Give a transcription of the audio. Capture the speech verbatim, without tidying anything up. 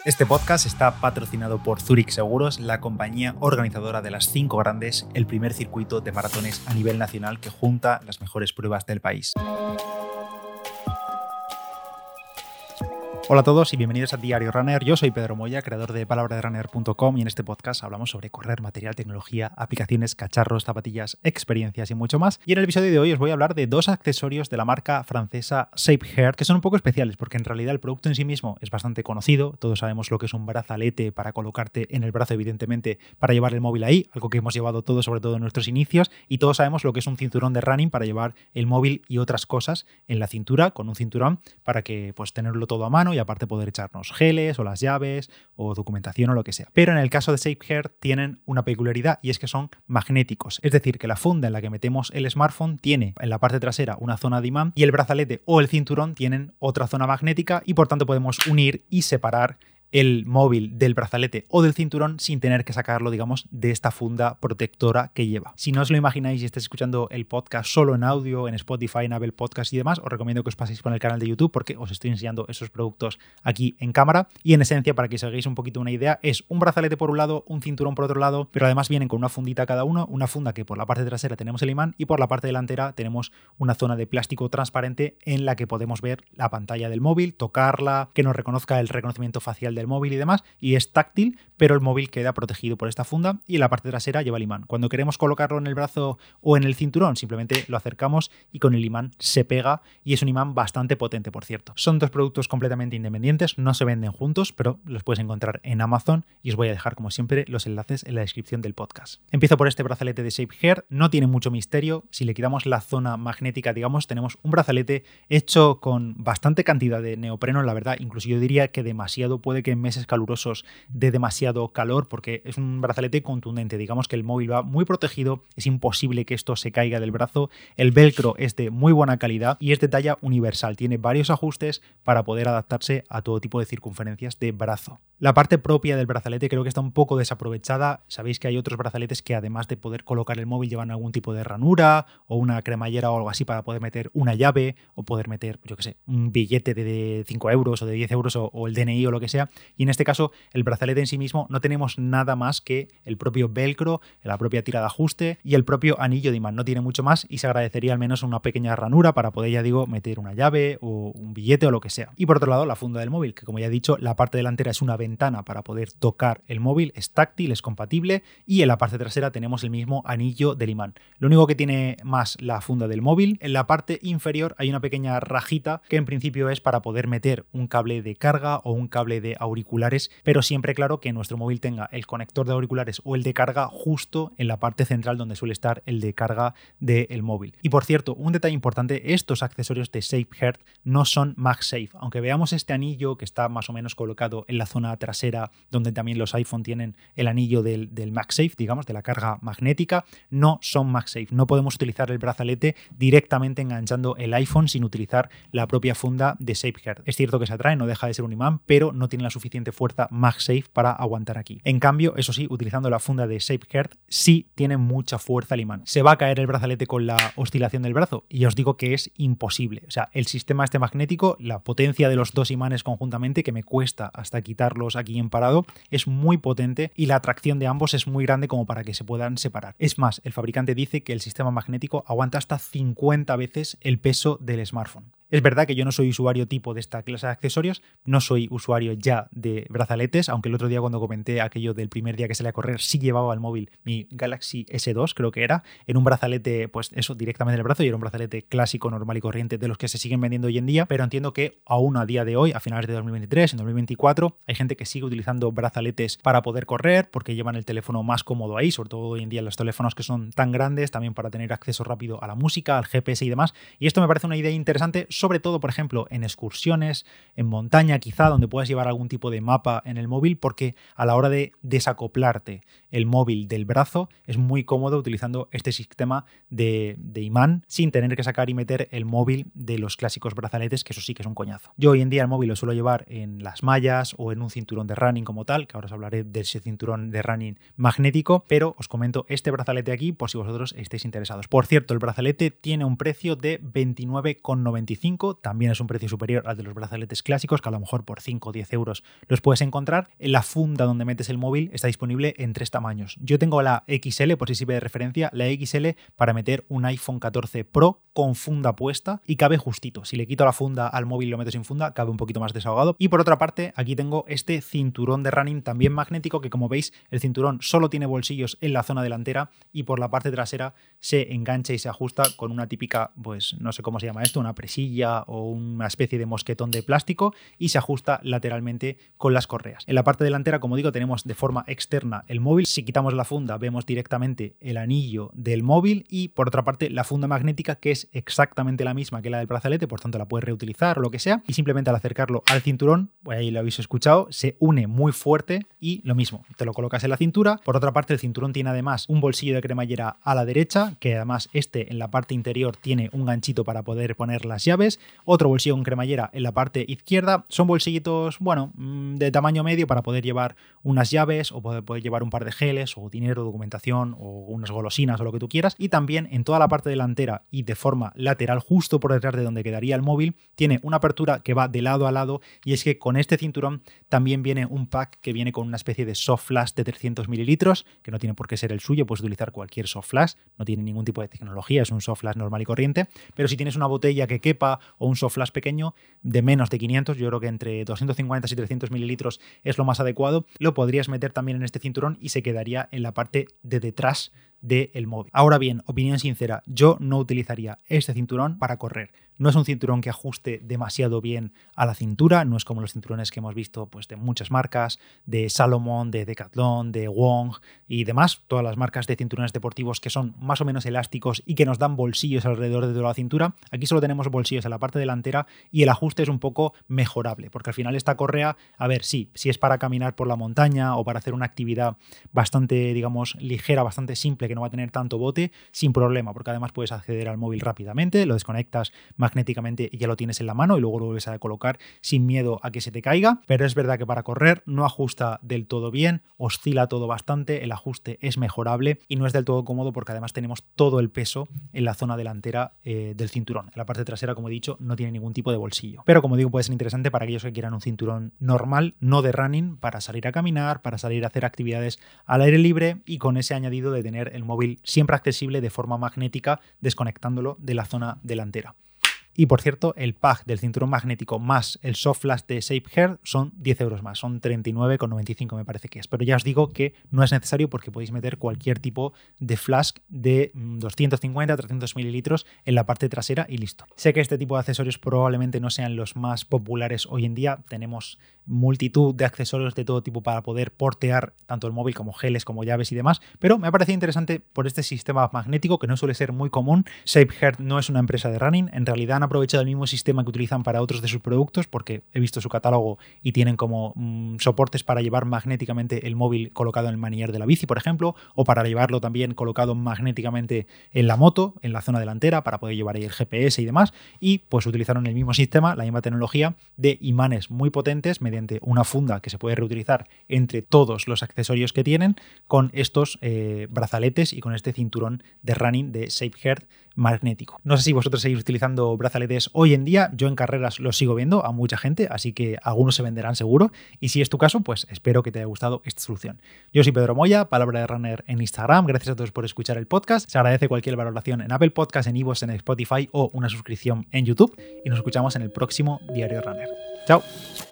Este podcast está patrocinado por Zurich Seguros, la compañía organizadora de las cinco grandes, el primer circuito de maratones a nivel nacional que junta las mejores pruebas del país. Hola a todos y bienvenidos a Diario Runner. Yo soy Pedro Moya, creador de palabra de runner punto com, y en este podcast hablamos sobre correr, material, tecnología, aplicaciones, cacharros, zapatillas, experiencias y mucho más. Y en el episodio de hoy os voy a hablar de dos accesorios de la marca francesa Shapeheart que son un poco especiales porque en realidad el producto en sí mismo es bastante conocido. Todos sabemos lo que es un brazalete para colocarte en el brazo, evidentemente, para llevar el móvil ahí, algo que hemos llevado todos, sobre todo en nuestros inicios, y todos sabemos lo que es un cinturón de running para llevar el móvil y otras cosas en la cintura con un cinturón para que pues tenerlo todo a mano y aparte poder echarnos geles o las llaves o documentación o lo que sea. Pero en el caso de Shapeheart tienen una peculiaridad y es que son magnéticos. Es decir, que la funda en la que metemos el smartphone tiene en la parte trasera una zona de imán y el brazalete o el cinturón tienen otra zona magnética y por tanto podemos unir y separar el móvil del brazalete o del cinturón sin tener que sacarlo, digamos, de esta funda protectora que lleva. Si no os lo imagináis y estáis escuchando el podcast solo en audio, en Spotify, en Apple Podcast y demás, os recomiendo que os paséis por el canal de YouTube porque os estoy enseñando esos productos aquí en cámara y en esencia, para que os hagáis un poquito una idea, es un brazalete por un lado, un cinturón por otro lado, pero además vienen con una fundita cada uno, una funda que por la parte trasera tenemos el imán y por la parte delantera tenemos una zona de plástico transparente en la que podemos ver la pantalla del móvil, tocarla, que nos reconozca el reconocimiento facial del móvil y demás, y es táctil, pero el móvil queda protegido por esta funda y en la parte trasera lleva el imán. Cuando queremos colocarlo en el brazo o en el cinturón, simplemente lo acercamos y con el imán se pega, y es un imán bastante potente, por cierto. Son dos productos completamente independientes, no se venden juntos, pero los puedes encontrar en Amazon y os voy a dejar, como siempre, los enlaces en la descripción del podcast. Empiezo por este brazalete de Shapeheart, no tiene mucho misterio. Si le quitamos la zona magnética, digamos, tenemos un brazalete hecho con bastante cantidad de neopreno, la verdad, incluso yo diría que demasiado, puede que en meses calurosos de demasiado calor, porque es un brazalete contundente. Digamos que el móvil va muy protegido, es imposible que esto se caiga del brazo. El velcro es de muy buena calidad y es de talla universal. Tiene varios ajustes para poder adaptarse a todo tipo de circunferencias de brazo. La parte propia del brazalete creo que está un poco desaprovechada. Sabéis que hay otros brazaletes que, además de poder colocar el móvil, llevan algún tipo de ranura o una cremallera o algo así para poder meter una llave o poder meter, yo qué sé, un billete de cinco euros o de diez euros o, o el D N I o lo que sea. Y en este caso, el brazalete en sí mismo no tenemos nada más que el propio velcro, la propia tira de ajuste y el propio anillo de imán. No tiene mucho más y se agradecería al menos una pequeña ranura para poder, ya digo, meter una llave o un billete o lo que sea. Y por otro lado, la funda del móvil, que como ya he dicho, la parte delantera es una ventana para poder tocar el móvil, es táctil, es compatible, y en la parte trasera tenemos el mismo anillo del imán. Lo único que tiene más la funda del móvil, en la parte inferior hay una pequeña rajita que en principio es para poder meter un cable de carga o un cable de auriculares, pero siempre claro que nuestro móvil tenga el conector de auriculares o el de carga justo en la parte central donde suele estar el de carga del móvil. Y por cierto, un detalle importante, estos accesorios de Shapeheart no son MagSafe. Aunque veamos este anillo que está más o menos colocado en la zona trasera, donde también los iPhone tienen el anillo del, del MagSafe, digamos, de la carga magnética, no son MagSafe. No podemos utilizar el brazalete directamente enganchando el iPhone sin utilizar la propia funda de Shapeheart. Es cierto que se atrae, no deja de ser un imán, pero no tiene la suficiente fuerza MagSafe para aguantar aquí. En cambio, eso sí, utilizando la funda de Shapeheart, sí tiene mucha fuerza el imán. Se va a caer el brazalete con la oscilación del brazo y os digo que es imposible. O sea, el sistema este magnético, la potencia de los dos imanes conjuntamente, que me cuesta hasta quitarlos aquí en parado, es muy potente y la atracción de ambos es muy grande como para que se puedan separar. Es más, el fabricante dice que el sistema magnético aguanta hasta cincuenta veces el peso del smartphone. Es verdad que yo no soy usuario tipo de esta clase de accesorios, no soy usuario ya de brazaletes, aunque el otro día cuando comenté aquello del primer día que salí a correr sí llevaba al móvil mi Galaxy ese dos, creo que era, en un brazalete, pues eso, directamente en el brazo, y era un brazalete clásico, normal y corriente de los que se siguen vendiendo hoy en día, pero entiendo que aún a día de hoy, a finales de dos mil veintitrés, en dos mil veinticuatro, hay gente que sigue utilizando brazaletes para poder correr porque llevan el teléfono más cómodo ahí, sobre todo hoy en día los teléfonos que son tan grandes, también para tener acceso rápido a la música, al G P S y demás, y esto me parece una idea interesante, sobre todo, por ejemplo, en excursiones, en montaña quizá, donde puedas llevar algún tipo de mapa en el móvil, porque a la hora de desacoplarte el móvil del brazo es muy cómodo utilizando este sistema de, de imán sin tener que sacar y meter el móvil de los clásicos brazaletes, que eso sí que es un coñazo. Yo hoy en día el móvil lo suelo llevar en las mallas o en un cinturón de running como tal, que ahora os hablaré de ese cinturón de running magnético, pero os comento este brazalete aquí por si vosotros estáis interesados. Por cierto, el brazalete tiene un precio de veintinueve con noventa y cinco cinco, también es un precio superior al de los brazaletes clásicos, que a lo mejor por cinco o diez euros los puedes encontrar. La funda donde metes el móvil está disponible en tres tamaños. Yo tengo la equis ele, por si sirve de referencia, la equis ele para meter un iPhone catorce Pro con funda puesta y cabe justito. Si le quito la funda al móvil y lo meto sin funda, cabe un poquito más desahogado. Y por otra parte, aquí tengo este cinturón de running también magnético, que como veis, el cinturón solo tiene bolsillos en la zona delantera y por la parte trasera se engancha y se ajusta con una típica, pues no sé cómo se llama esto, una presilla o una especie de mosquetón de plástico, y se ajusta lateralmente con las correas. En la parte delantera, como digo, tenemos de forma externa el móvil. Si quitamos la funda, vemos directamente el anillo del móvil, y por otra parte la funda magnética, que es exactamente la misma que la del brazalete, por tanto la puedes reutilizar o lo que sea, y simplemente al acercarlo al cinturón, pues ahí lo habéis escuchado, se une muy fuerte y lo mismo, te lo colocas en la cintura. Por otra parte, el cinturón tiene además un bolsillo de cremallera a la derecha, que además este en la parte interior tiene un ganchito para poder poner las llaves, otro bolsillo con cremallera en la parte izquierda. Son bolsillitos, bueno, de tamaño medio para poder llevar unas llaves o poder, poder llevar un par de geles o dinero, documentación o unas golosinas o lo que tú quieras. Y también en toda la parte delantera y de forma lateral, justo por detrás de donde quedaría el móvil, tiene una apertura que va de lado a lado, y es que con este cinturón también viene un pack que viene con una especie de soft flash de trescientos mililitros, que no tiene por qué ser el suyo, puedes utilizar cualquier soft flash, no tiene ningún tipo de tecnología, es un soft flash normal y corriente, pero si tienes una botella que quepa o un soft flash pequeño de menos de quinientos, yo creo que entre doscientos cincuenta y trescientos mililitros es lo más adecuado, lo podrías meter también en este cinturón y se quedaría en la parte de detrás del móvil. Ahora bien, opinión sincera, yo no utilizaría este cinturón para correr. No es un cinturón que ajuste demasiado bien a la cintura, no es como los cinturones que hemos visto pues, de muchas marcas, de Salomon, de Decathlon, de Wong y demás, todas las marcas de cinturones deportivos que son más o menos elásticos y que nos dan bolsillos alrededor de toda la cintura. Aquí solo tenemos bolsillos en la parte delantera y el ajuste es un poco mejorable, porque al final esta correa, a ver, sí, si es para caminar por la montaña o para hacer una actividad bastante, digamos, ligera, bastante simple, que no va a tener tanto bote, sin problema, porque además puedes acceder al móvil rápidamente, lo desconectas magnéticamente y ya lo tienes en la mano y luego lo vuelves a colocar sin miedo a que se te caiga. Pero es verdad que para correr no ajusta del todo bien, oscila todo bastante, el ajuste es mejorable y no es del todo cómodo, porque además tenemos todo el peso en la zona delantera eh, del cinturón. En la parte trasera, como he dicho, no tiene ningún tipo de bolsillo, pero como digo, puede ser interesante para aquellos que quieran un cinturón normal, no de running, para salir a caminar, para salir a hacer actividades al aire libre, y con ese añadido de tener el móvil siempre accesible de forma magnética, desconectándolo de la zona delantera. Y por cierto, el pack del cinturón magnético más el soft flash de SafeHeart son diez euros más, son treinta y nueve con noventa y cinco me parece que es. Pero ya os digo que no es necesario, porque podéis meter cualquier tipo de flash de doscientos cincuenta a trescientos mililitros en la parte trasera y listo. Sé que este tipo de accesorios probablemente no sean los más populares hoy en día. Tenemos multitud de accesorios de todo tipo para poder portear tanto el móvil como geles, como llaves y demás, pero me ha parecido interesante por este sistema magnético que no suele ser muy común. SafeHeart no es una empresa de running, en realidad han aprovechado el mismo sistema que utilizan para otros de sus productos, porque he visto su catálogo y tienen como mmm, soportes para llevar magnéticamente el móvil colocado en el manillar de la bici, por ejemplo, o para llevarlo también colocado magnéticamente en la moto, en la zona delantera, para poder llevar ahí el G P S y demás, y pues utilizaron el mismo sistema, la misma tecnología de imanes muy potentes mediante una funda que se puede reutilizar entre todos los accesorios que tienen, con estos eh, brazaletes y con este cinturón de running de SafeHeart magnético. No sé si vosotros seguís utilizando brazaletes hoy en día, yo en carreras los sigo viendo a mucha gente, así que algunos se venderán seguro, y si es tu caso, pues espero que te haya gustado esta solución. Yo soy Pedro Moya, Palabra de Runner en Instagram, gracias a todos por escuchar el podcast, se agradece cualquier valoración en Apple Podcast, en iVoox, en Spotify o una suscripción en YouTube, y nos escuchamos en el próximo Diario Runner. ¡Chao!